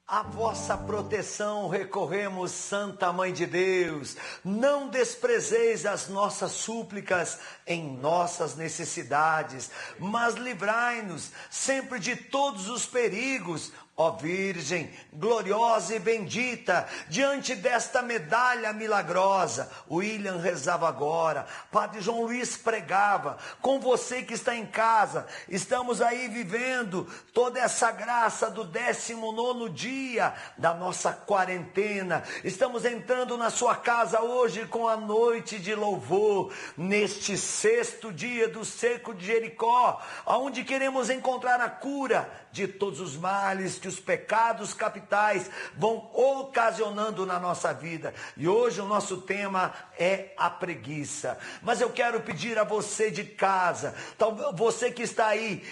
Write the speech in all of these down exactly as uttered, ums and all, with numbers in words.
A vossa proteção recorremos, Santa Mãe de Deus. Não desprezeis as nossas súplicas em nossas necessidades, mas livrai-nos sempre de todos os perigos. Ó Virgem, gloriosa e bendita, diante desta medalha milagrosa, William rezava agora, Padre João Luiz pregava, com você que está em casa, estamos aí vivendo toda essa graça do décimo nono dia da nossa quarentena, estamos entrando na sua casa hoje com a noite de louvor, neste sexto dia do cerco de Jericó, onde queremos encontrar a cura de todos os males que os pecados capitais vão ocasionando na nossa vida. E hoje o nosso tema é a preguiça. Mas eu quero pedir a você de casa, você que está aí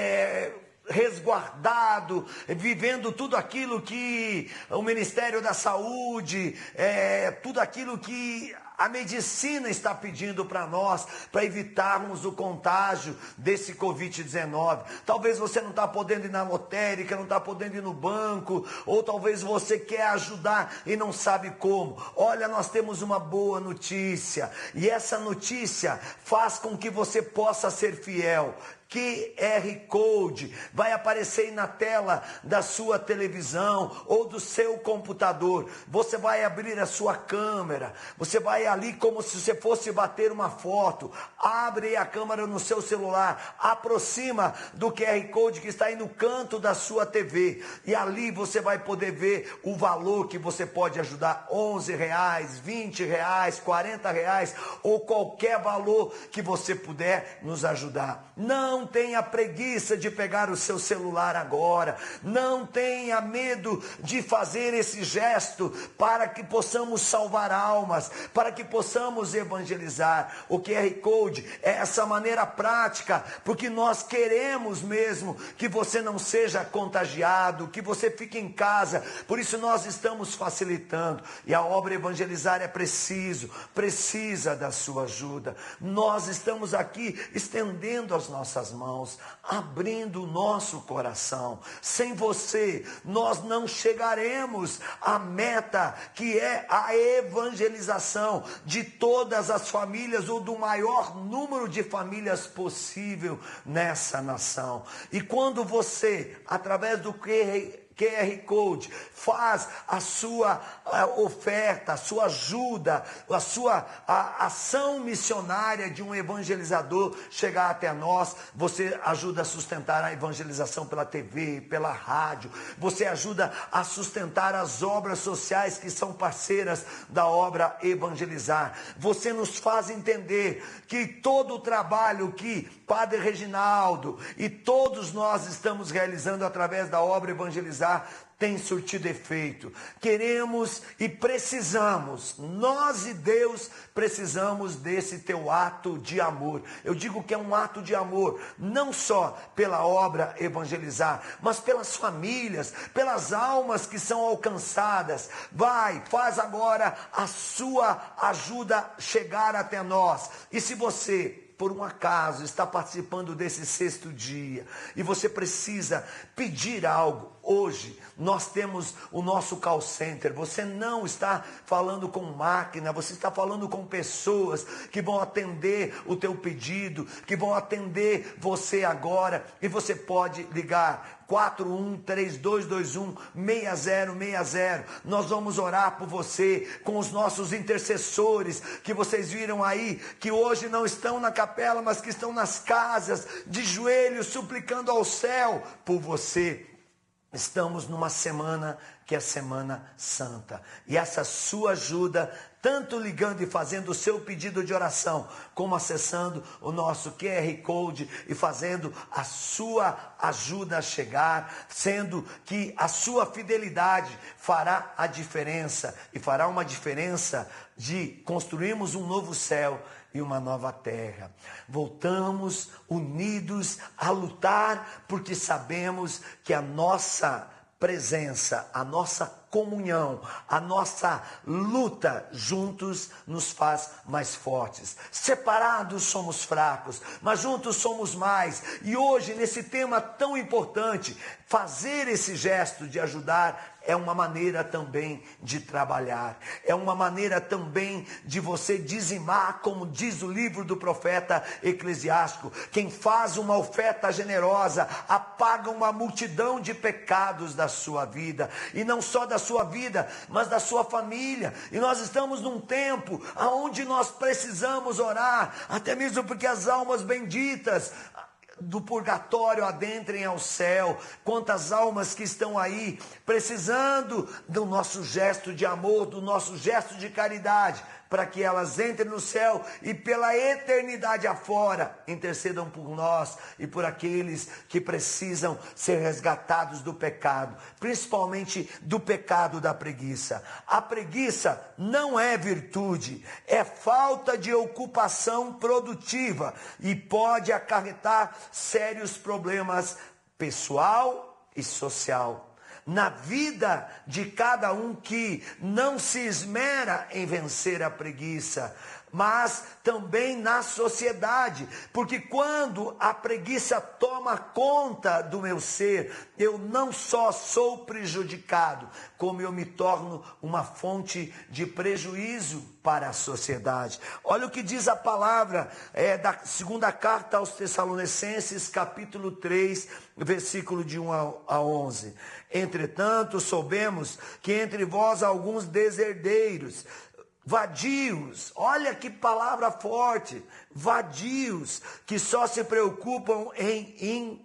é, resguardado, vivendo tudo aquilo que o Ministério da Saúde, é, tudo aquilo que a medicina está pedindo para nós, para evitarmos o contágio desse covid dezenove. Talvez você não está podendo ir na lotérica, não está podendo ir no banco, ou talvez você quer ajudar e não sabe como. Olha, nós temos uma boa notícia, e essa notícia faz com que você possa ser fiel. Q R Code vai aparecer aí na tela da sua televisão ou do seu computador. Você vai abrir a sua câmera, você vai ali como se você fosse bater uma foto, abre a câmera no seu celular, aproxima do Q R Code que está aí no canto da sua T V, e ali você vai poder ver o valor que você pode ajudar, onze reais, vinte reais, quarenta reais, ou qualquer valor que você puder nos ajudar. Não Não tenha preguiça de pegar o seu celular agora, não tenha medo de fazer esse gesto para que possamos salvar almas, para que possamos evangelizar. O Q R Code é essa maneira prática, porque nós queremos mesmo que você não seja contagiado, que você fique em casa, por isso nós estamos facilitando, e a obra evangelizar é preciso, precisa da sua ajuda. Nós estamos aqui estendendo as nossas mãos, abrindo o nosso coração. Sem você, nós não chegaremos à meta, que é a evangelização de todas as famílias, ou do maior número de famílias possível nessa nação. E quando você, através do que Q R Code, faz a sua a oferta, a sua ajuda, a sua a ação missionária de um evangelizador chegar até nós, você ajuda a sustentar a evangelização pela T V, pela rádio, você ajuda a sustentar as obras sociais que são parceiras da obra Evangelizar. Você nos faz entender que todo o trabalho que Padre Reginaldo e todos nós estamos realizando através da obra Evangelizar tem surtido efeito. Queremos e precisamos, nós e Deus precisamos desse teu ato de amor. Eu digo que é um ato de amor, não só pela obra Evangelizar, mas pelas famílias, pelas almas que são alcançadas. Vai, faz agora a sua ajuda chegar até nós. E se você, por um acaso, está participando desse sexto dia, e você precisa pedir algo, hoje nós temos o nosso call center. Você não está falando com máquina, você está falando com pessoas que vão atender o teu pedido, que vão atender você agora, e você pode ligar quatro um três dois dois um seis zero seis zero. Nós vamos orar por você com os nossos intercessores, que vocês viram aí, que hoje não estão na capela, mas que estão nas casas, de joelhos, suplicando ao céu por você. Estamos numa semana que é a Semana Santa, e essa sua ajuda, tanto ligando e fazendo o seu pedido de oração, como acessando o nosso Q R Code e fazendo a sua ajuda chegar, sendo que a sua fidelidade fará a diferença, e fará uma diferença de construirmos um novo céu e uma nova terra. Voltamos unidos a lutar, porque sabemos que a nossa presença, a nossa comunhão, a nossa luta juntos nos faz mais fortes. Separados somos fracos, mas juntos somos mais. E hoje, nesse tema tão importante, fazer esse gesto de ajudar é uma maneira também de trabalhar, é uma maneira também de você dizimar, como diz o livro do profeta Eclesiástico. Quem faz uma oferta generosa apaga uma multidão de pecados da sua vida, e não só da sua vida, mas da sua família. E nós estamos num tempo onde nós precisamos orar, até mesmo porque as almas benditas do purgatório adentrem ao céu. Quantas almas que estão aí precisando do nosso gesto de amor, do nosso gesto de caridade, para que elas entrem no céu e pela eternidade afora intercedam por nós e por aqueles que precisam ser resgatados do pecado, principalmente do pecado da preguiça. A preguiça não é virtude, é falta de ocupação produtiva e pode acarretar sérios problemas pessoal e social na vida de cada um que não se esmera em vencer a preguiça, mas também na sociedade, porque quando a preguiça toma conta do meu ser, eu não só sou prejudicado, como eu me torno uma fonte de prejuízo para a sociedade. Olha o que diz a palavra é, da segunda carta aos Tessalonicenses, capítulo três, versículo de um a onze. Entretanto, soubemos que entre vós há alguns deserdeiros, vadios, olha que palavra forte, vadios, que só se preocupam em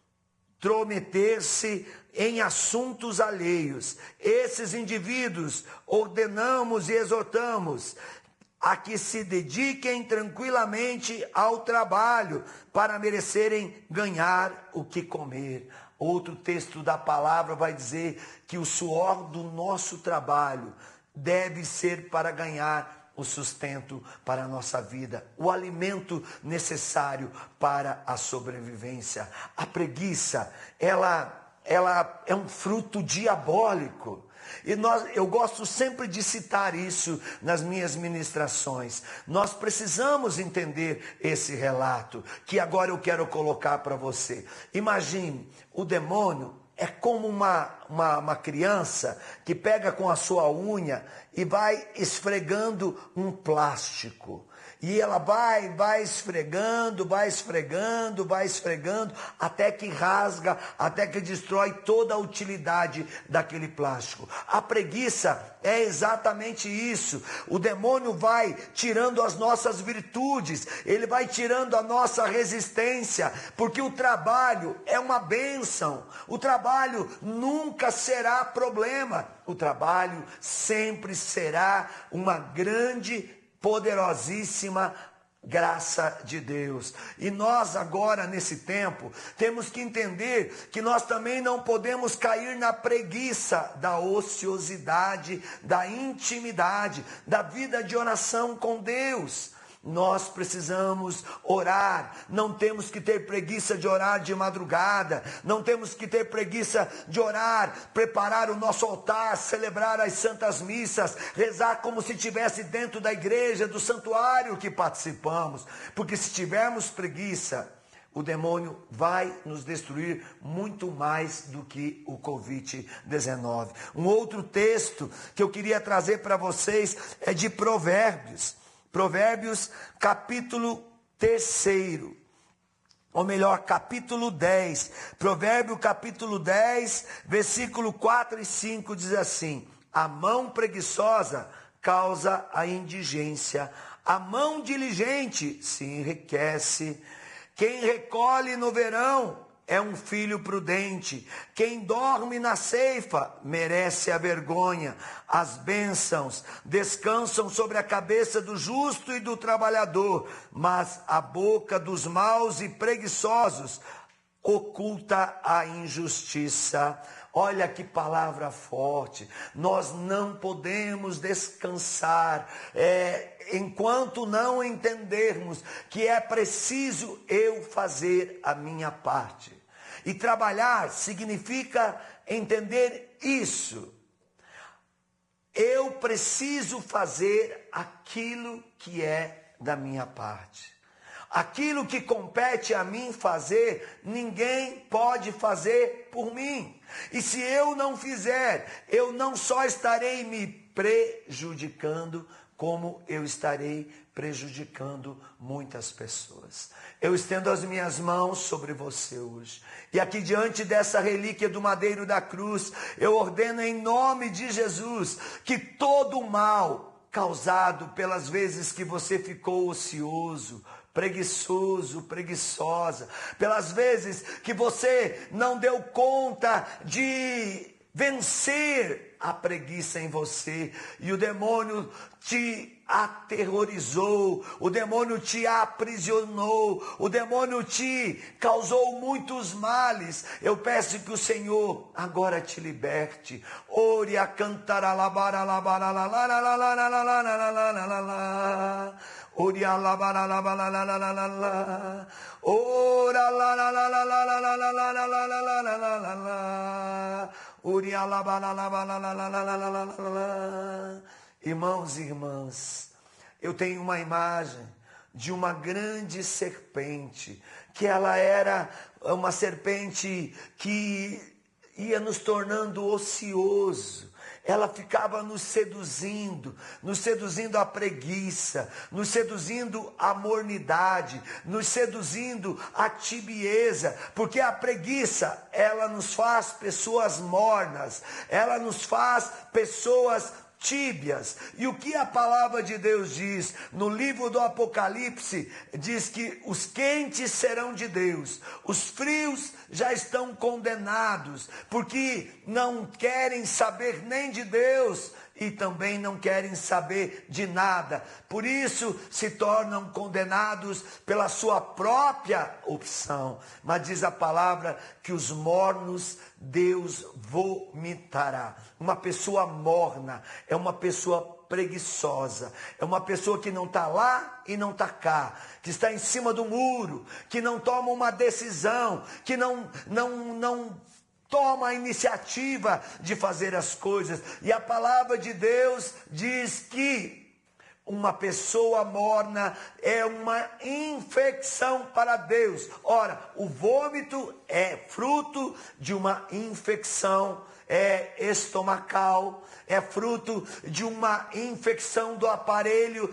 intrometer-se em assuntos alheios. Esses indivíduos ordenamos e exortamos a que se dediquem tranquilamente ao trabalho, para merecerem ganhar o que comer. Outro texto da palavra vai dizer que o suor do nosso trabalho deve ser para ganhar o sustento para a nossa vida, o alimento necessário para a sobrevivência. A preguiça, ela, ela é um fruto diabólico. E nós, eu gosto sempre de citar isso nas minhas ministrações. Nós precisamos entender esse relato, que agora eu quero colocar para você. Imagine, o demônio é como uma, uma, uma criança que pega com a sua unha e vai esfregando um plástico. E ela vai, vai esfregando, vai esfregando, vai esfregando, até que rasga, até que destrói toda a utilidade daquele plástico. A preguiça é exatamente isso. O demônio vai tirando as nossas virtudes, ele vai tirando a nossa resistência, porque o trabalho é uma bênção. O trabalho nunca será problema. O trabalho sempre será uma grande poderosíssima graça de Deus. E nós agora, nesse tempo, temos que entender que nós também não podemos cair na preguiça da ociosidade, da intimidade, da vida de oração com Deus. Nós precisamos orar, não temos que ter preguiça de orar de madrugada, não temos que ter preguiça de orar, preparar o nosso altar, celebrar as santas missas, rezar como se estivesse dentro da igreja, do santuário que participamos, porque se tivermos preguiça, o demônio vai nos destruir muito mais do que o covid dezenove. Um outro texto que eu queria trazer para vocês é de Provérbios. Provérbios capítulo terceiro, ou melhor, capítulo dez. Provérbio capítulo dez, versículo quatro e cinco diz assim: a mão preguiçosa causa a indigência, a mão diligente se enriquece. Quem recolhe no verão é um filho prudente. Quem dorme na ceifa merece a vergonha. As bênçãos descansam sobre a cabeça do justo e do trabalhador, mas a boca dos maus e preguiçosos oculta a injustiça. Olha que palavra forte. Nós não podemos descansar é, enquanto não entendermos que é preciso eu fazer a minha parte. E trabalhar significa entender isso. eu preciso fazer aquilo que é da minha parte. Aquilo que compete a mim fazer, ninguém pode fazer por mim. E se eu não fizer, eu não só estarei me prejudicando, como eu estarei prejudicando muitas pessoas. Eu estendo as minhas mãos sobre você hoje. E aqui diante dessa relíquia do madeiro da cruz, eu ordeno em nome de Jesus que todo o mal causado pelas vezes que você ficou ocioso, preguiçoso, preguiçosa, pelas vezes que você não deu conta de vencer a preguiça em você, e o demônio te aterrorizou, o demônio te aprisionou, o demônio te causou muitos males. Eu peço que o Senhor agora te liberte. Ore a cantar a labara labara la la la la la la la la la la la la. Ore a labara labara la la la la la. Ora la la la la la la la la la la la la la la la la. Ore a labara labara la la la la la la la la. Irmãos e irmãs, eu tenho uma imagem de uma grande serpente, que ela era uma serpente que ia nos tornando ocioso. Ela ficava nos seduzindo, nos seduzindo à preguiça, nos seduzindo à mornidade, nos seduzindo à tibieza, porque a preguiça, ela nos faz pessoas mornas, ela nos faz pessoas tíbias. E o que a palavra de Deus diz no livro do Apocalipse, diz que os quentes serão de Deus, os frios já estão condenados, porque não querem saber nem de Deus e também não querem saber de nada, por isso se tornam condenados pela sua própria opção. Mas diz a palavra que os mornos Deus vomitará. Uma pessoa morna é uma pessoa preguiçosa, é uma pessoa que não está lá e não está cá, que está em cima do muro, que não toma uma decisão, que não, não, não toma a iniciativa de fazer as coisas. E a palavra de Deus diz que uma pessoa morna é uma infecção para Deus. Ora, o vômito é fruto de uma infecção é estomacal, é fruto de uma infecção do aparelho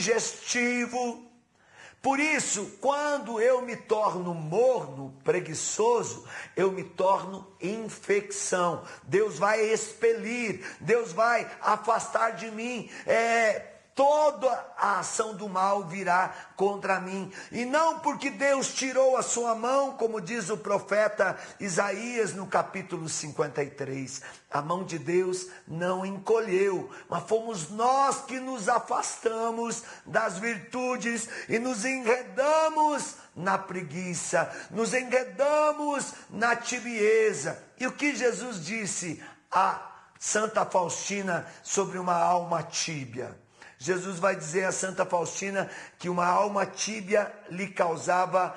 digestivo. Por isso, quando eu me torno morno, preguiçoso, eu me torno infecção. Deus vai expelir, Deus vai afastar de mim, é, toda a ação do mal virá contra mim. E não porque Deus tirou a sua mão, como diz o profeta Isaías no capítulo cinquenta e três. A mão de Deus não encolheu, mas fomos nós que nos afastamos das virtudes e nos enredamos na preguiça, nos enredamos na tibieza. E o que Jesus disse a Santa Faustina sobre uma alma tíbia? Jesus vai dizer a Santa Faustina que uma alma tíbia lhe causava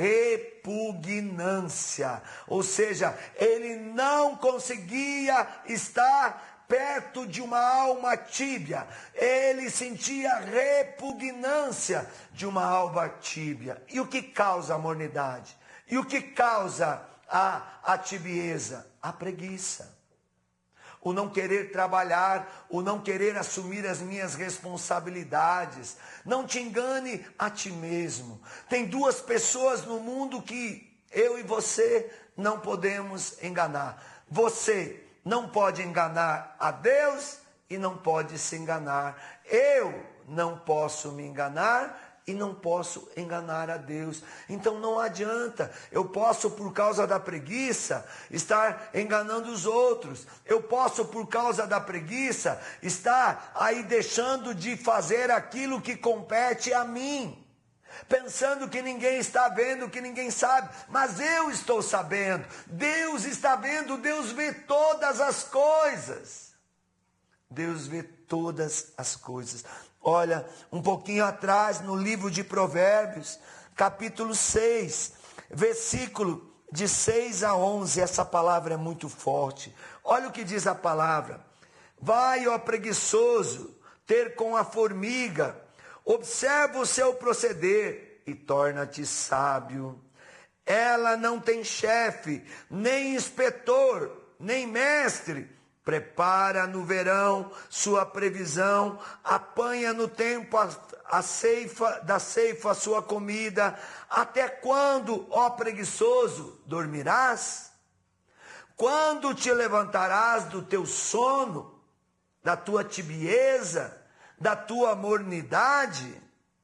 repugnância, ou seja, ele não conseguia estar perto de uma alma tíbia, ele sentia repugnância de uma alma tíbia. E o que causa a mornidade? E o que causa a, a tibieza? A preguiça. O não querer trabalhar, o não querer assumir as minhas responsabilidades. Não te engane a ti mesmo. Tem duas pessoas no mundo que eu e você não podemos enganar. Você não pode enganar a Deus e não pode se enganar. Eu não posso me enganar e não posso enganar a Deus. Então não adianta, eu posso por causa da preguiça estar enganando os outros, eu posso por causa da preguiça estar aí deixando de fazer aquilo que compete a mim, pensando que ninguém está vendo, que ninguém sabe, mas eu estou sabendo, Deus está vendo, Deus vê todas as coisas, Deus vê todas as coisas. Olha, um pouquinho atrás, no livro de Provérbios, capítulo seis, versículo de seis a onze, essa palavra é muito forte. Olha o que diz a palavra: Vai, ó preguiçoso, ter com a formiga, observa o seu proceder e torna-te sábio. Ela não tem chefe, nem inspetor, nem mestre. Prepara no verão sua previsão, apanha no tempo a, a ceifa da ceifa a sua comida. Até quando, ó preguiçoso, dormirás? Quando te levantarás do teu sono, da tua tibieza, da tua mornidade?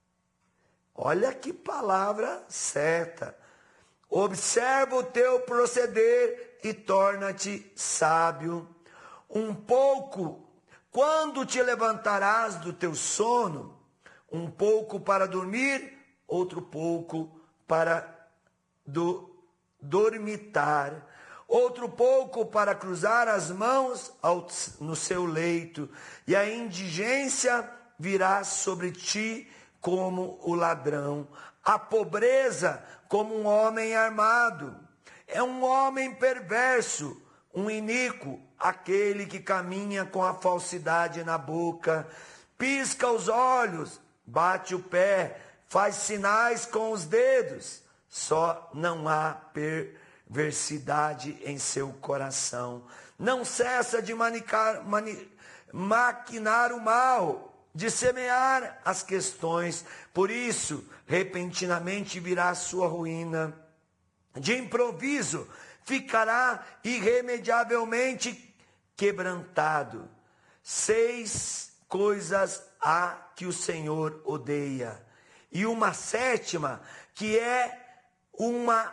Olha que palavra certa. Observa o teu proceder e torna-te sábio. Um pouco, quando te levantarás do teu sono, um pouco para dormir, outro pouco para do, dormitar, outro pouco para cruzar as mãos ao, no seu leito, e a indigência virá sobre ti como o ladrão, a pobreza como um homem armado. É um homem perverso, um iníquo, aquele que caminha com a falsidade na boca, pisca os olhos, bate o pé, faz sinais com os dedos, só não há perversidade em seu coração. Não cessa de manicar, mani, maquinar o mal, de semear as questões. Por isso, repentinamente virá a sua ruína. De improviso, ficará irremediavelmente quebrantado. Seis coisas há que o Senhor odeia, e uma sétima que é uma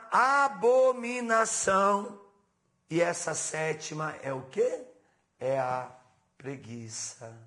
abominação. E essa sétima é o quê? É a preguiça.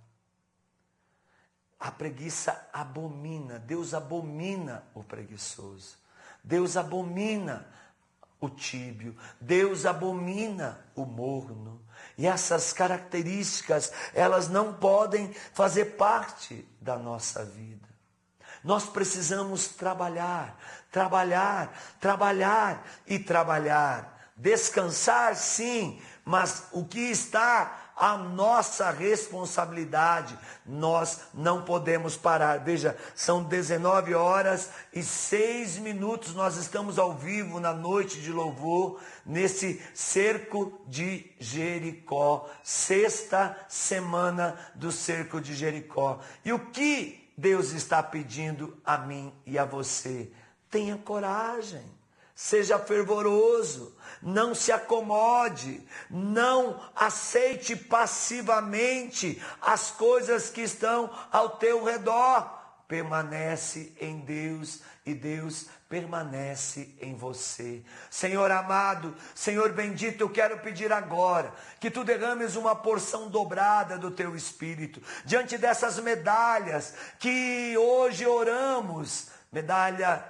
A preguiça abomina, Deus abomina o preguiçoso, Deus abomina o tíbio, Deus abomina o morno. E essas características, elas não podem fazer parte da nossa vida. Nós precisamos trabalhar, trabalhar, trabalhar e trabalhar. Descansar sim, mas o que está a nossa responsabilidade, nós não podemos parar. Veja, são dezenove horas e seis minutos, nós estamos ao vivo na noite de louvor, nesse cerco de Jericó, sexta semana do cerco de Jericó. E o que Deus está pedindo a mim e a você? Tenha coragem. Seja fervoroso, não se acomode, não aceite passivamente as coisas que estão ao teu redor. Permanece em Deus e Deus permanece em você. Senhor amado, Senhor bendito, eu quero pedir agora que tu derrames uma porção dobrada do teu Espírito diante dessas medalhas que hoje oramos, medalha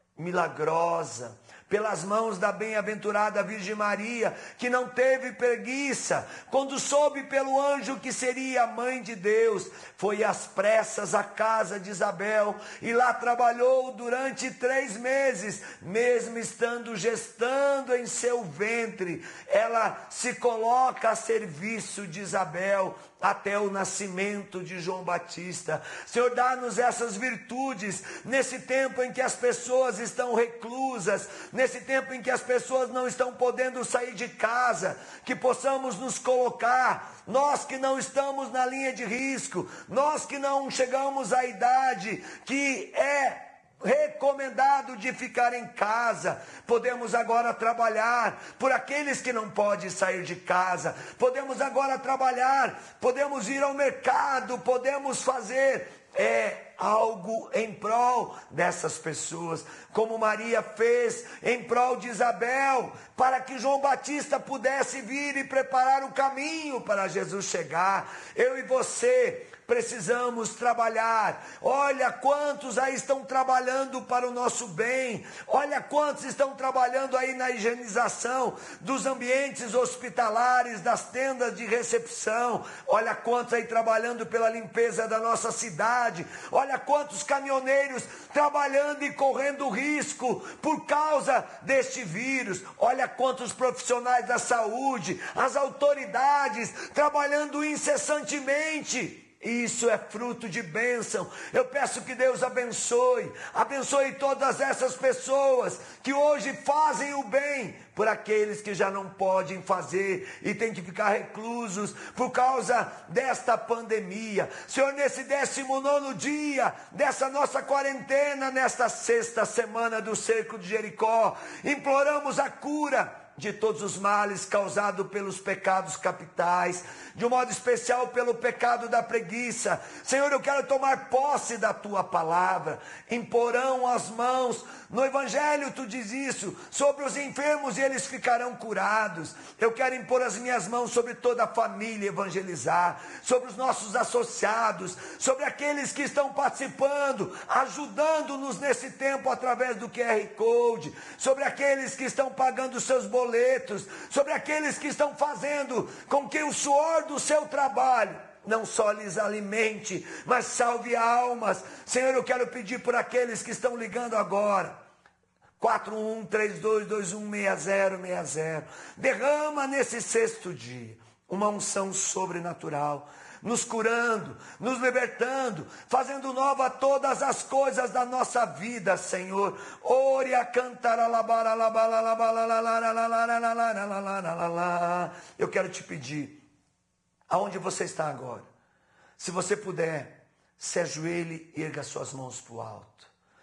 milagrosa, pelas mãos da bem-aventurada Virgem Maria, que não teve preguiça, quando soube pelo anjo que seria a mãe de Deus, foi às pressas à casa de Isabel, e lá trabalhou durante três meses, mesmo estando gestando em seu ventre, ela se coloca a serviço de Isabel, até o nascimento de João Batista. Senhor, dá-nos essas virtudes, nesse tempo em que as pessoas estão reclusas, nesse tempo em que as pessoas não estão podendo sair de casa, que possamos nos colocar, nós que não estamos na linha de risco, nós que não chegamos à idade que é recomendado de ficar em casa, podemos agora trabalhar por aqueles que não podem sair de casa, podemos agora trabalhar, podemos ir ao mercado, podemos fazer é, algo em prol dessas pessoas, como Maria fez em prol de Isabel, para que João Batista pudesse vir e preparar o caminho para Jesus chegar. Eu e você precisamos trabalhar. Olha quantos aí estão trabalhando para o nosso bem. Olha quantos estão trabalhando aí na higienização dos ambientes hospitalares, das tendas de recepção. Olha quantos aí trabalhando pela limpeza da nossa cidade. Olha quantos caminhoneiros trabalhando e correndo risco por causa deste vírus. Olha quantos profissionais da saúde, as autoridades trabalhando incessantemente. Isso é fruto de bênção. Eu peço que Deus abençoe, abençoe todas essas pessoas que hoje fazem o bem por aqueles que já não podem fazer e têm que ficar reclusos por causa desta pandemia. Senhor, nesse décimo nono dia dessa nossa quarentena, nesta sexta semana do cerco de Jericó, imploramos a cura de todos os males causados pelos pecados capitais, de um modo especial pelo pecado da preguiça. Senhor, eu quero tomar posse da tua palavra. Imporão as mãos, no Evangelho tu diz isso, sobre os enfermos e eles ficarão curados. Eu quero impor as minhas mãos sobre toda a família e evangelizar, sobre os nossos associados, sobre aqueles que estão participando, ajudando-nos nesse tempo através do Q R Code, sobre aqueles que estão pagando seus boletos, sobre aqueles que estão fazendo com que o suor do seu trabalho não só lhes alimente, mas salve almas. Senhor, eu quero pedir por aqueles que estão ligando agora, quatro um três dois dois um seis zero seis zero, derrama nesse sexto dia uma unção sobrenatural, nos curando, nos libertando, fazendo nova todas as coisas da nossa vida, Senhor. Oria cantar eu quero te pedir, aonde você está agora, se você puder, se ajoelhe e erga suas mãos para o alto.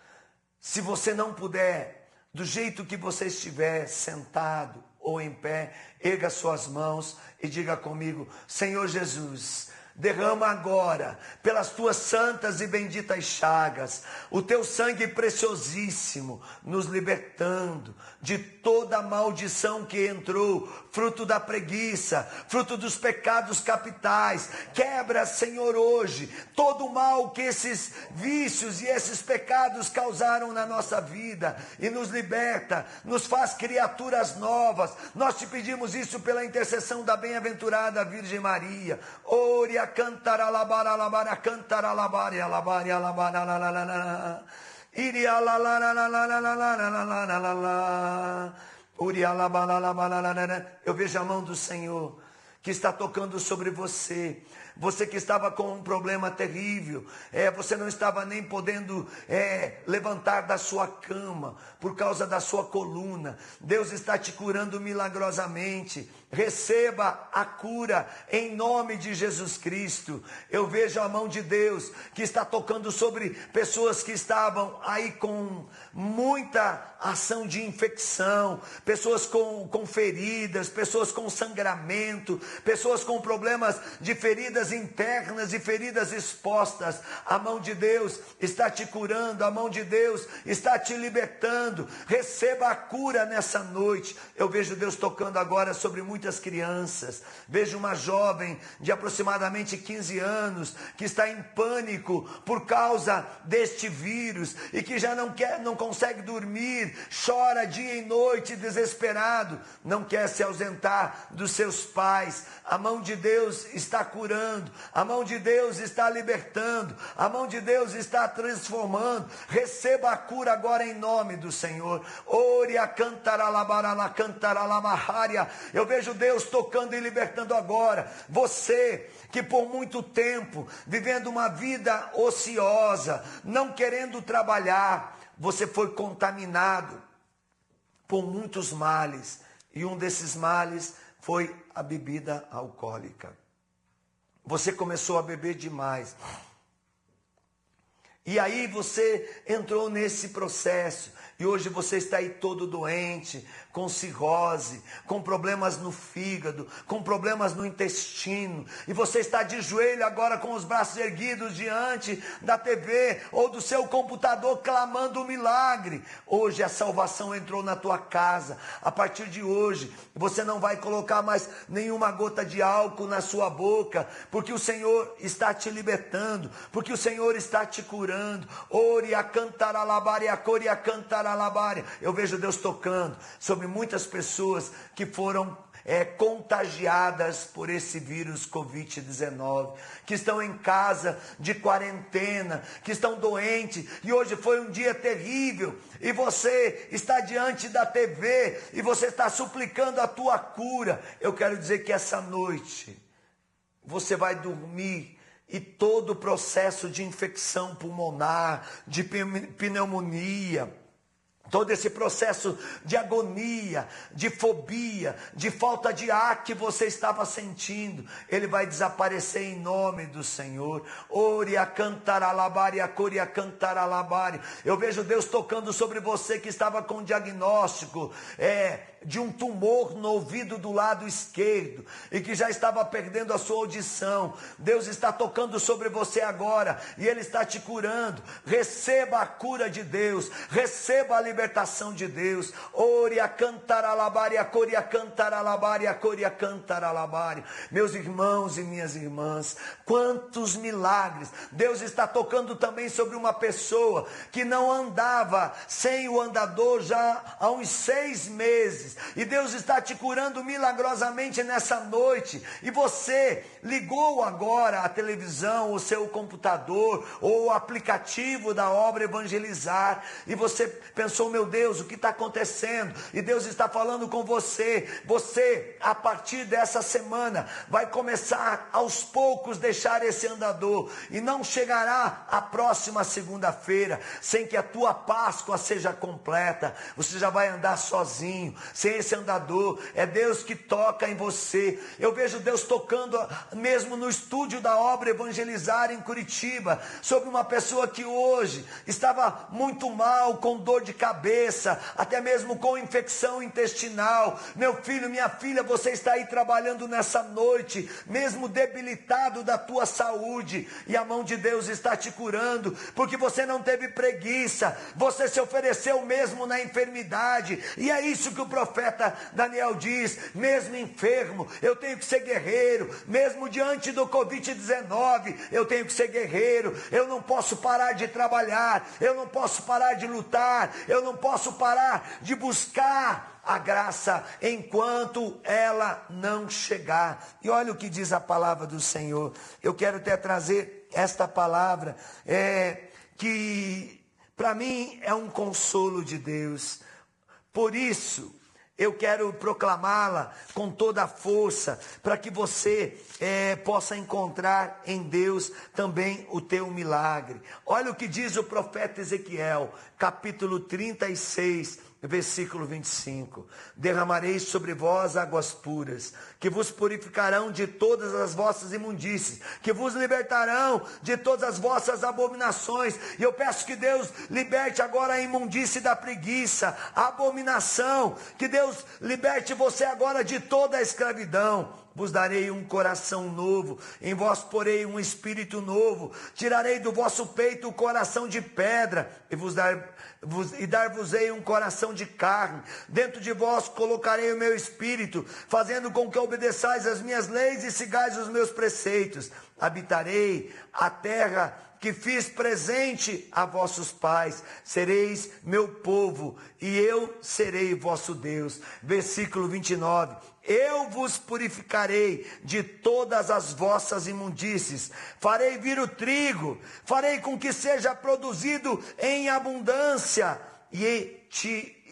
Se você não puder, do jeito que você estiver, sentado ou em pé, erga suas mãos e diga comigo: Senhor Jesus, derrama agora, pelas tuas santas e benditas chagas, o teu sangue preciosíssimo, nos libertando de toda a maldição que entrou, fruto da preguiça, fruto dos pecados capitais. Quebra, Senhor, hoje, todo o mal que esses vícios e esses pecados causaram na nossa vida, e nos liberta, nos faz criaturas novas. Nós te pedimos isso pela intercessão da bem-aventurada Virgem Maria. Oria cantará labara labara cantará labara labara labara labara iria la la la la la la la la la la la la uria la la la la la. Eu vejo a mão do Senhor que está tocando sobre você. Você que estava com um problema terrível, é, você não estava nem podendo é, levantar da sua cama por causa da sua coluna. Deus está te curando milagrosamente. Receba a cura em nome de Jesus Cristo. Eu vejo a mão de Deus que está tocando sobre pessoas que estavam aí com muita ação de infecção, pessoas com, com feridas, pessoas com sangramento, pessoas com problemas de feridas internas e feridas expostas. A mão de Deus está te curando, a mão de Deus está te libertando. Receba a cura nessa noite. Eu vejo Deus tocando agora sobre muitas crianças. Vejo uma jovem de aproximadamente quinze anos que está em pânico por causa deste vírus e que já não quer, não consegue dormir, chora dia e noite desesperado, não quer se ausentar dos seus pais. A mão de Deus está curando, a mão de Deus está libertando, a mão de Deus está transformando. Receba a cura agora em nome do Senhor. Oria cantaralabarala cantaralamaharia. Eu vejo Deus tocando e libertando agora. Você que por muito tempo vivendo uma vida ociosa, não querendo trabalhar, você foi contaminado por muitos males, e um desses males foi a bebida alcoólica. Você começou a beber demais. E aí você entrou nesse processo e hoje você está aí todo doente, com cirrose, com problemas no fígado, com problemas no intestino, e você está de joelho agora com os braços erguidos diante da T V ou do seu computador clamando um milagre. Hoje a salvação entrou na tua casa. A partir de hoje você não vai colocar mais nenhuma gota de álcool na sua boca, porque o Senhor está te libertando, porque o Senhor está te curando. Ore a cantar alabaria, a cor e a cantar alabaria. Eu vejo Deus tocando sobre muitas pessoas que foram é, contagiadas por esse vírus covid dezenove, que estão em casa de quarentena, que estão doentes, e hoje foi um dia terrível, e você está diante da T V, e você está suplicando a tua cura. Eu quero dizer que essa noite, você vai dormir, e todo o processo de infecção pulmonar, de pneumonia, todo esse processo de agonia, de fobia, de falta de ar que você estava sentindo, ele vai desaparecer em nome do Senhor. Ore a cantar alabare, a core a cantar alabare. Eu vejo Deus tocando sobre você que estava com diagnóstico é, de um tumor no ouvido do lado esquerdo e que já estava perdendo a sua audição. Deus está tocando sobre você agora e Ele está te curando. Receba a cura de Deus, receba a libertação de Deus. Ore a cantar alabare, a core a cantar alabare, a core a cantar alabare. Meus irmãos e minhas irmãs, quantos milagres. Deus está tocando também sobre uma pessoa que não andava sem o andador já há uns seis meses. E Deus está te curando milagrosamente nessa noite. E você ligou agora a televisão, o seu computador ou o aplicativo da obra Evangelizar. E você pensou, meu Deus, o que está acontecendo? E Deus está falando com você. Você, a partir dessa semana, vai começar aos poucos deixar esse andador. E não chegará a próxima segunda-feira sem que a tua Páscoa seja completa. Você já vai andar sozinho, sem esse andador. É Deus que toca em você. Eu vejo Deus tocando mesmo no estúdio da obra Evangelizar em Curitiba, sobre uma pessoa que hoje estava muito mal, com dor de cabeça, até mesmo com infecção intestinal. Meu filho, minha filha, você está aí trabalhando nessa noite, mesmo debilitado da tua saúde, e a mão de Deus está te curando, porque você não teve preguiça, você se ofereceu mesmo na enfermidade. E é isso que o profeta Daniel diz: mesmo enfermo, eu tenho que ser guerreiro, mesmo diante do covid dezenove, eu tenho que ser guerreiro. Eu não posso parar de trabalhar, eu não posso parar de lutar, eu não posso parar de buscar a graça enquanto ela não chegar. E olha o que diz a palavra do Senhor. Eu quero até trazer esta palavra, é, que para mim é um consolo de Deus. Por isso eu quero proclamá-la com toda a força, para que você é, possa encontrar em Deus também o teu milagre. Olha o que diz o profeta Ezequiel, capítulo trinta e seis, versículo vinte e cinco. Derramarei sobre vós águas puras, que vos purificarão de todas as vossas imundícies, que vos libertarão de todas as vossas abominações. E eu peço que Deus liberte agora a imundície da preguiça, a abominação, que Deus liberte você agora de toda a escravidão. Vos darei um coração novo, em vós porei um espírito novo, tirarei do vosso peito o coração de pedra, e vos dar vos, e dar-vos-ei um coração de carne. Dentro de vós colocarei o meu espírito, fazendo com que obedeçais as minhas leis e sigais os meus preceitos. Habitarei a terra que fiz presente a vossos pais, sereis meu povo, e eu serei vosso Deus. Versículo vinte e nove. Eu vos purificarei de todas as vossas imundícies, farei vir o trigo, farei com que seja produzido em abundância, e te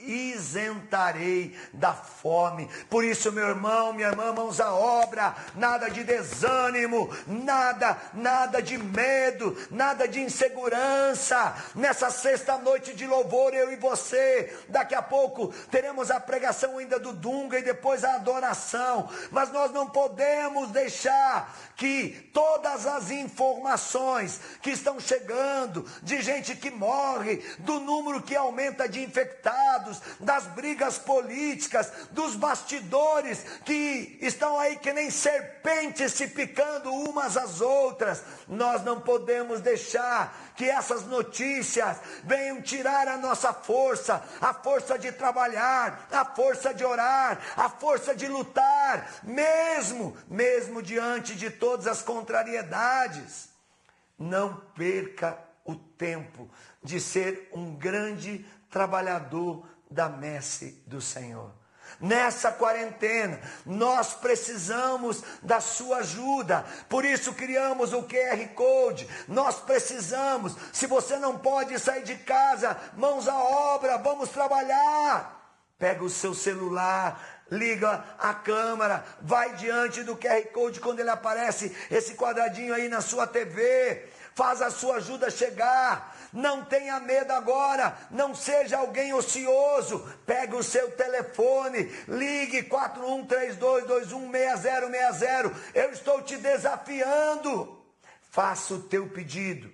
isentarei da fome. Por isso, meu irmão, minha irmã, mãos à obra, nada de desânimo, nada, nada de medo, nada de insegurança. Nessa sexta noite de louvor, eu e você, daqui a pouco teremos a pregação ainda do Dunga e depois a adoração, mas nós não podemos deixar que todas as informações que estão chegando, de gente que morre, do número que aumenta de infectados, das brigas políticas, dos bastidores que estão aí que nem serpentes se picando umas às outras, nós não podemos deixar que essas notícias venham tirar a nossa força, a força de trabalhar, a força de orar, a força de lutar, mesmo, mesmo diante de todas as contrariedades. Não perca o tempo de ser um grande trabalhador da messe do Senhor. Nessa quarentena, nós precisamos da sua ajuda, por isso criamos o Q R Code, nós precisamos, se você não pode sair de casa, mãos à obra, vamos trabalhar, pega o seu celular, liga a câmera, vai diante do Q R Code, quando ele aparece, esse quadradinho aí na sua T V, faz a sua ajuda chegar. Não tenha medo agora, não seja alguém ocioso, pega o seu telefone, ligue quatro um três dois dois um seis zero seis zero, eu estou te desafiando, faça o teu pedido.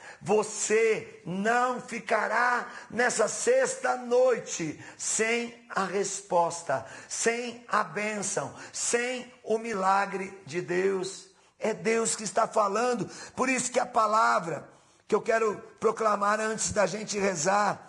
Você não ficará nessa sexta noite sem a resposta, sem a bênção, sem o milagre de Deus. É Deus que está falando, por isso que a palavra que eu quero proclamar antes da gente rezar,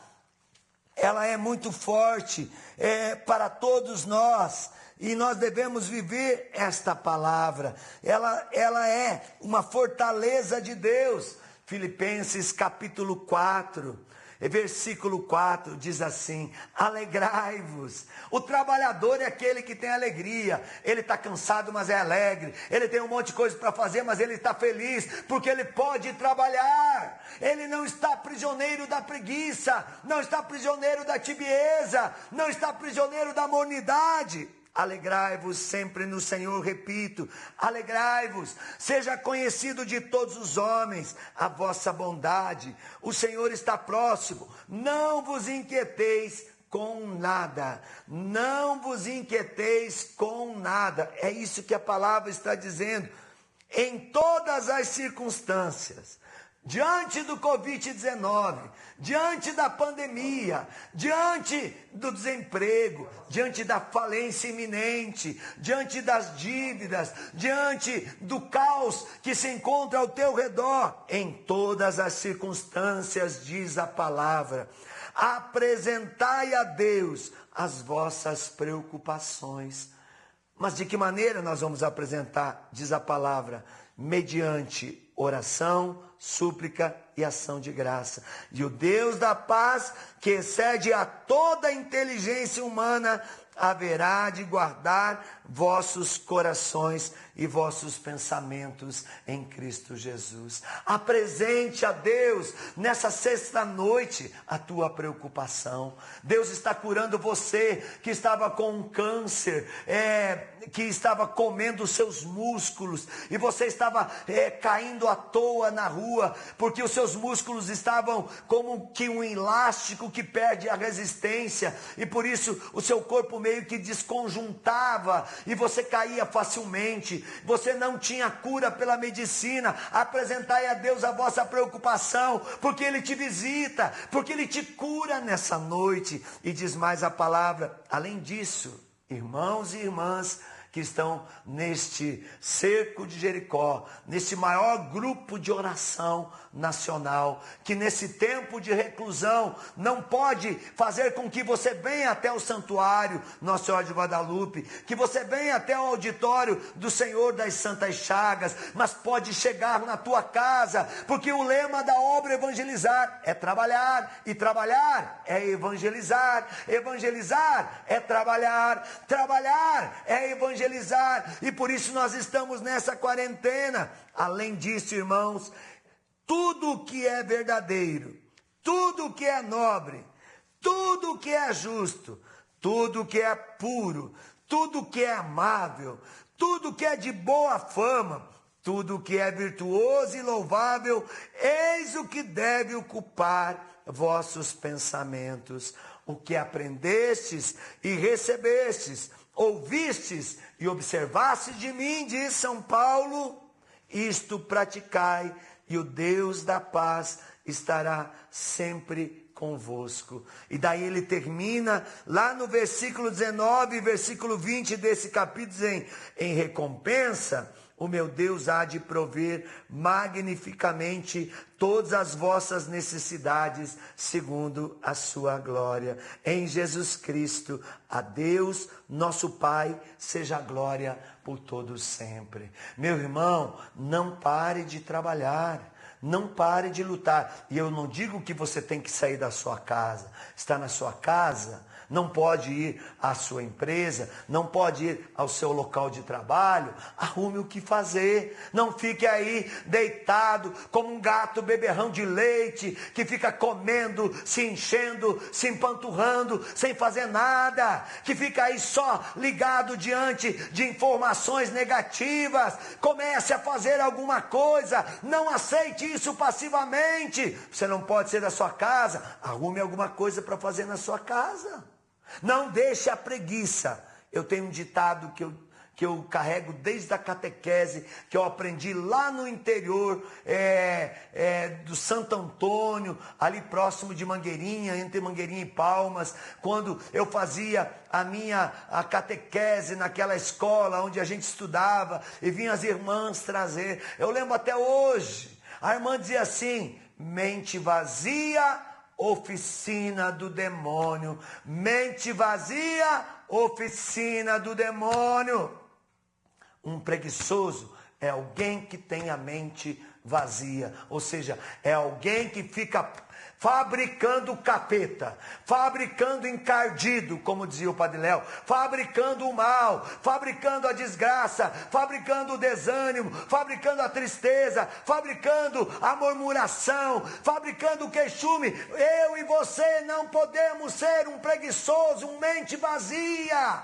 ela é muito forte é, para todos nós, e nós devemos viver esta palavra, ela, ela é uma fortaleza de Deus. Filipenses capítulo quatro, versículo quatro, diz assim: alegrai-vos. O trabalhador é aquele que tem alegria, ele está cansado, mas é alegre, ele tem um monte de coisa para fazer, mas ele está feliz, porque ele pode trabalhar, ele não está prisioneiro da preguiça, não está prisioneiro da tibieza, não está prisioneiro da mornidade. Alegrai-vos sempre no Senhor, repito, alegrai-vos, seja conhecido de todos os homens a vossa bondade, o Senhor está próximo, não vos inquieteis com nada, não vos inquieteis com nada, é isso que a palavra está dizendo, em todas as circunstâncias. Diante do covid dezenove, diante da pandemia, diante do desemprego, diante da falência iminente, diante das dívidas, diante do caos que se encontra ao teu redor, em todas as circunstâncias, diz a palavra, apresentai a Deus as vossas preocupações. Mas de que maneira nós vamos apresentar, diz a palavra, mediante oração, súplica e ação de graça. E o Deus da paz, que excede a toda inteligência humana, haverá de guardar vossos corações e vossos pensamentos em Cristo Jesus. Apresente a Deus nessa sexta noite a tua preocupação. Deus está curando você que estava com um câncer, é, que estava comendo os seus músculos, e você estava é, caindo à toa na rua, porque os seus músculos estavam como que um elástico que perde a resistência, e por isso o seu corpo meio que desconjuntava, e você caía facilmente, você não tinha cura pela medicina. Apresentai a Deus a vossa preocupação, porque Ele te visita, porque Ele te cura nessa noite. E diz mais a palavra, além disso, irmãos e irmãs que estão neste cerco de Jericó, neste maior grupo de oração nacional, que nesse tempo de reclusão não pode fazer com que você venha até o santuário Nossa Senhora de Guadalupe, que você venha até o auditório do Senhor das Santas Chagas, mas pode chegar na tua casa, porque o lema da obra evangelizar é trabalhar, e trabalhar é evangelizar, evangelizar é trabalhar, trabalhar é evangelizar, e por isso nós estamos nessa quarentena. Além disso, irmãos, tudo que é verdadeiro, tudo que é nobre, tudo que é justo, tudo que é puro, tudo que é amável, tudo que é de boa fama, tudo que é virtuoso e louvável, eis o que deve ocupar vossos pensamentos. O que aprendestes e recebestes, ouvistes e observastes de mim, diz São Paulo, isto praticai, e o Deus da paz estará sempre convosco. E daí ele termina lá no versículo dezenove, versículo vinte desse capítulo, dizem, em recompensa, o meu Deus há de prover magnificamente todas as vossas necessidades, segundo a sua glória. Em Jesus Cristo, a Deus, nosso Pai, seja a glória por todos sempre. Meu irmão, não pare de trabalhar. Não pare de lutar. E eu não digo que você tem que sair da sua casa. Está na sua casa, não pode ir à sua empresa, não pode ir ao seu local de trabalho. Arrume o que fazer. Não fique aí deitado como um gato beberrão de leite, que fica comendo, se enchendo, se empanturrando, sem fazer nada. Que fica aí só ligado diante de informações negativas. Comece a fazer alguma coisa. Não aceite isso passivamente. Você não pode ser da sua casa. Arrume alguma coisa para fazer na sua casa. Não deixe a preguiça. Eu tenho um ditado que eu, que eu carrego desde a catequese, que eu aprendi lá no interior é, é, do Santo Antônio, ali próximo de Mangueirinha, entre Mangueirinha e Palmas, quando eu fazia a minha a catequese naquela escola onde a gente estudava, e vinham as irmãs trazer. Eu lembro até hoje, a irmã dizia assim, mente vazia, oficina do demônio. Mente vazia, oficina do demônio. Um preguiçoso é alguém que tem a mente vazia, ou seja, é alguém que fica fabricando capeta, fabricando encardido, como dizia o Padre Léo, fabricando o mal, fabricando a desgraça, fabricando o desânimo, fabricando a tristeza, fabricando a murmuração, fabricando o queixume. Eu e você não podemos ser um preguiçoso, um mente vazia.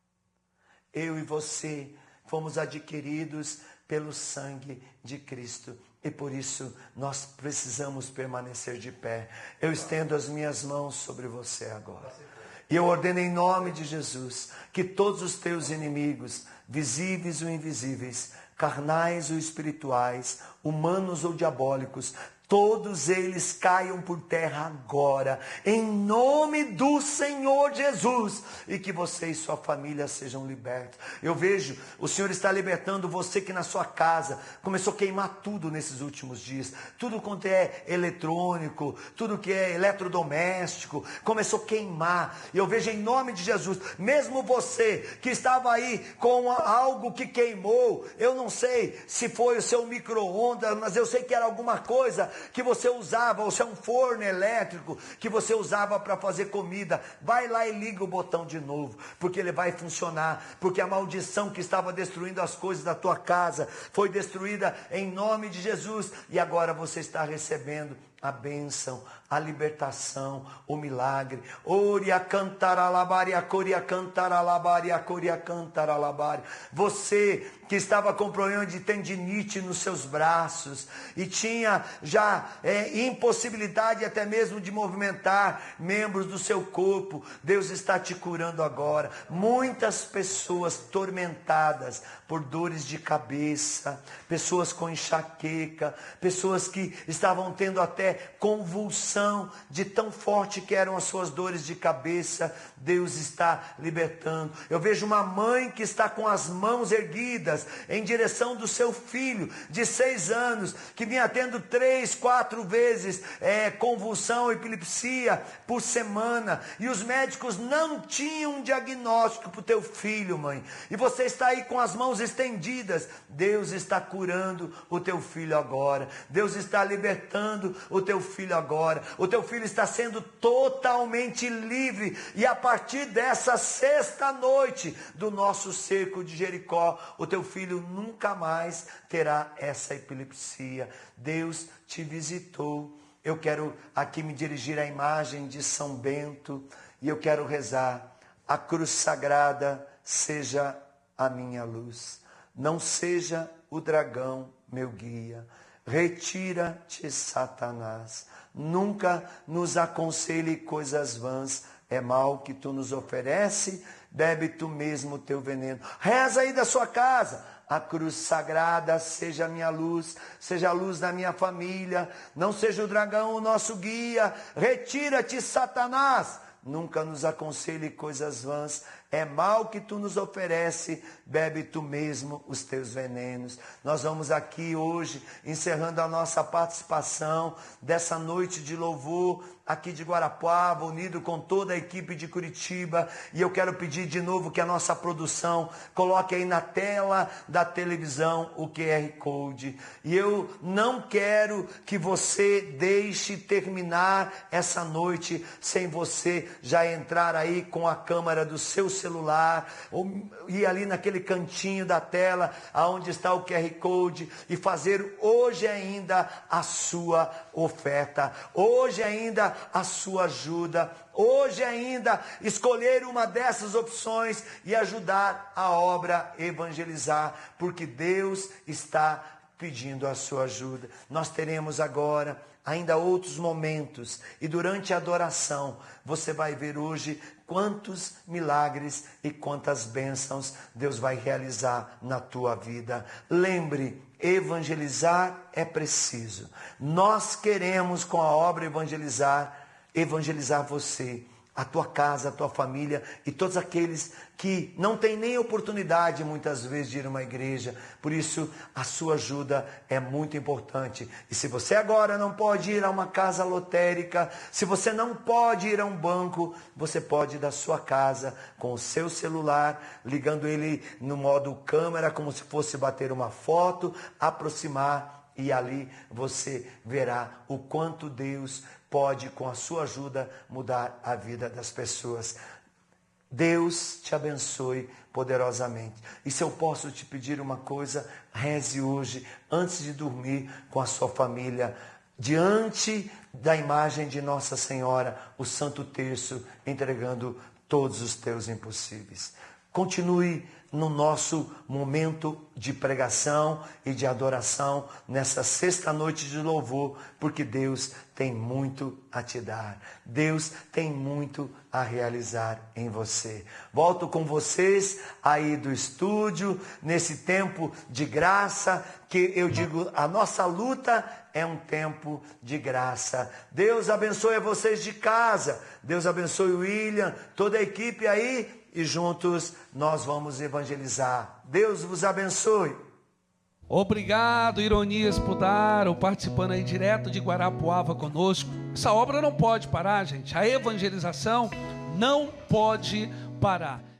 Eu e você fomos adquiridos pelo sangue de Cristo. E por isso nós precisamos permanecer de pé. Eu estendo as minhas mãos sobre você agora. E eu ordeno em nome de Jesus que todos os teus inimigos, visíveis ou invisíveis, carnais ou espirituais, humanos ou diabólicos, todos eles caiam por terra agora, em nome do Senhor Jesus, e que você e sua família sejam libertos. Eu vejo, o Senhor está libertando você que na sua casa começou a queimar tudo nesses últimos dias, tudo quanto é eletrônico, tudo que é eletrodoméstico, começou a queimar. E eu vejo em nome de Jesus, mesmo você que estava aí com algo que queimou, eu não sei se foi o seu micro-ondas, mas eu sei que era alguma coisa que você usava, ou se é um forno elétrico que você usava para fazer comida, vai lá e liga o botão de novo, porque ele vai funcionar, porque a maldição que estava destruindo as coisas da tua casa foi destruída em nome de Jesus, e agora você está recebendo a bênção, a libertação, o milagre. Oria cantaralabari, a coria cantaralabari, a coria cantaralabari. Você que estava com problema de tendinite nos seus braços e tinha já é, impossibilidade até mesmo de movimentar membros do seu corpo, Deus está te curando agora. Muitas pessoas tormentadas por dores de cabeça, pessoas com enxaqueca, pessoas que estavam tendo até convulsão de tão forte que eram as suas dores de cabeça, Deus está libertando. Eu vejo uma mãe que está com as mãos erguidas em direção do seu filho de seis anos, que vinha tendo três, quatro vezes é, convulsão, epilepsia por semana, e os médicos não tinham um diagnóstico para o teu filho, mãe, e você está aí com as mãos estendidas. Deus está curando o teu filho agora, Deus está libertando o teu filho agora, o teu filho está sendo totalmente livre, e a partir dessa sexta noite do nosso cerco de Jericó, o teu filho nunca mais terá essa epilepsia. Deus te visitou. eu quero aqui me dirigir à imagem de São Bento e eu quero rezar. A cruz sagrada seja a minha luz, não seja o dragão meu guia. Retira-te, Satanás, nunca nos aconselhe coisas vãs, é mal que tu nos oferece, bebe tu mesmo o teu veneno. Reza aí da sua casa. A cruz sagrada seja a minha luz, seja a luz da minha família, não seja o dragão o nosso guia. Retira-te, Satanás, nunca nos aconselhe coisas vãs, é mal que tu nos oferece, bebe tu mesmo os teus venenos. Nós vamos aqui hoje, encerrando a nossa participação dessa noite de louvor, aqui de Guarapuava, unido com toda a equipe de Curitiba, e eu quero pedir de novo que a nossa produção coloque aí na tela da televisão o Q R Code, e eu não quero que você deixe terminar essa noite sem você já entrar aí com a câmera do seu celular, ou ir ali naquele cantinho da tela, aonde está o Q R Code, e fazer hoje ainda a sua oferta, hoje ainda a sua ajuda, hoje ainda escolher uma dessas opções e ajudar a obra evangelizar, porque Deus está pedindo a sua ajuda. Nós teremos agora ainda outros momentos, e durante a adoração você vai ver hoje quantos milagres e quantas bênçãos Deus vai realizar na tua vida. Lembre, evangelizar é preciso. Nós queremos, com a obra evangelizar, evangelizar você, a tua casa, a tua família e todos aqueles que não têm nem oportunidade muitas vezes de ir a uma igreja. Por isso a sua ajuda é muito importante. E se você agora não pode ir a uma casa lotérica, se você não pode ir a um banco, você pode ir da sua casa com o seu celular, ligando ele no modo câmera, como se fosse bater uma foto, aproximar, e ali você verá o quanto Deus pode, com a sua ajuda, mudar a vida das pessoas. Deus te abençoe poderosamente. E se eu posso te pedir uma coisa, reze hoje, antes de dormir, com a sua família, diante da imagem de Nossa Senhora, o Santo Terço, entregando todos os teus impossíveis. Continue no nosso momento de pregação e de adoração, nessa sexta noite de louvor, porque Deus tem muito a te dar. Deus tem muito a realizar em você. Volto com vocês aí do estúdio, nesse tempo de graça, que eu digo, a nossa luta é um tempo de graça. Deus abençoe vocês de casa. Deus abençoe o William, toda a equipe aí, e juntos nós vamos evangelizar. Deus vos abençoe. Obrigado, Ironias Pudaro, participando aí direto de Guarapuava conosco. Essa obra não pode parar, gente. A evangelização não pode parar.